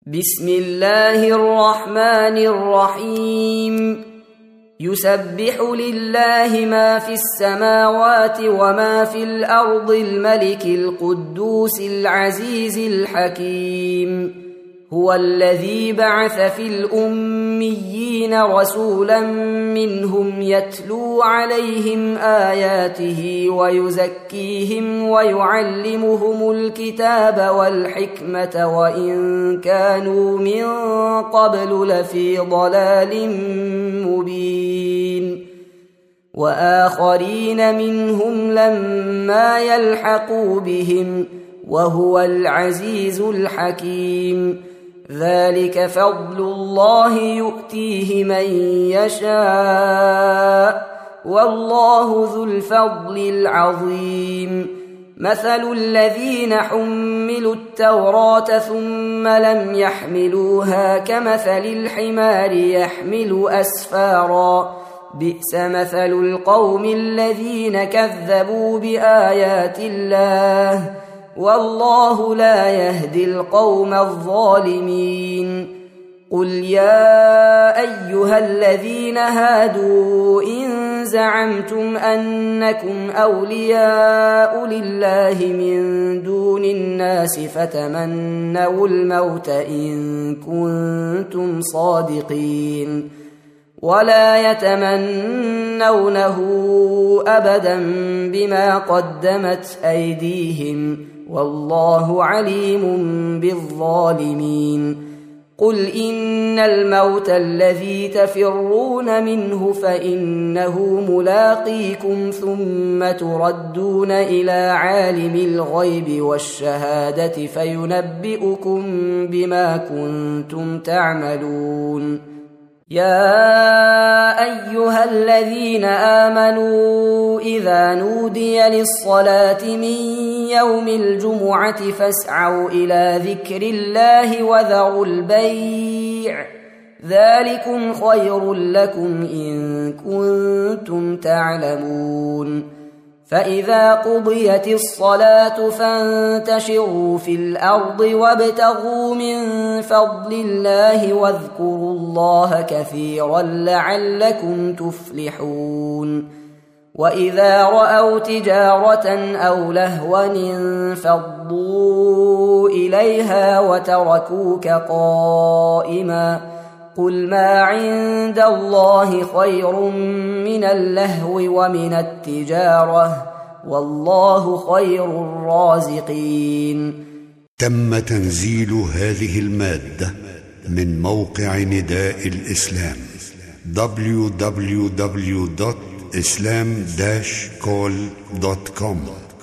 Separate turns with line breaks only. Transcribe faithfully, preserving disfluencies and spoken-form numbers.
بسم الله الرحمن الرحيم يسبح لله ما في السماوات وما في الأرض الملك القدوس العزيز الحكيم هو الذي بعث في الأميين رسولا منهم يتلو عليهم آياته ويزكيهم ويعلمهم الكتاب والحكمة وإن كانوا من قبل لفي ضلال مبين وآخرين منهم لما يلحقوا بهم وهو العزيز الحكيم ذلك فضل الله يؤتيه من يشاء والله ذو الفضل العظيم مثل الذين حملوا التوراة ثم لم يحملوها كمثل الحمار يحمل أسفارا بئس مثل القوم الذين كذبوا بآيات الله والله لا يهدي القوم الظالمين قل يا أيها الذين هادوا إن زعمتم أنكم أولياء لله من دون الناس فتمنوا الموت إن كنتم صادقين ولا يتمنونه أبدا بما قدمت أيديهم والله عليم بالظالمين قل إن الموت الذي تفرون منه فإنه ملاقيكم ثم تردون إلى عالم الغيب والشهادة فينبئكم بما كنتم تعملون يا أيها الذين آمنوا إذا نودي للصلاة من يوم الجمعة فاسعوا إلى ذكر الله وذروا البيع ذلكم خير لكم إن كنتم تعلمون فإذا قضيت الصلاة فانتشروا في الأرض وابتغوا من فضل الله واذكروا الله كثيرا لعلكم تفلحون وإذا رأوا تجارة أو لهوا انفضوا إليها وتركوك قائما قل ما عند الله خير من اللهو ومن التجارة والله خير الرازقين.
تم تنزيل هذه المادة من موقع نداء الإسلام دبليو دبليو دبليو دوت إسلام داش كول دوت كوم.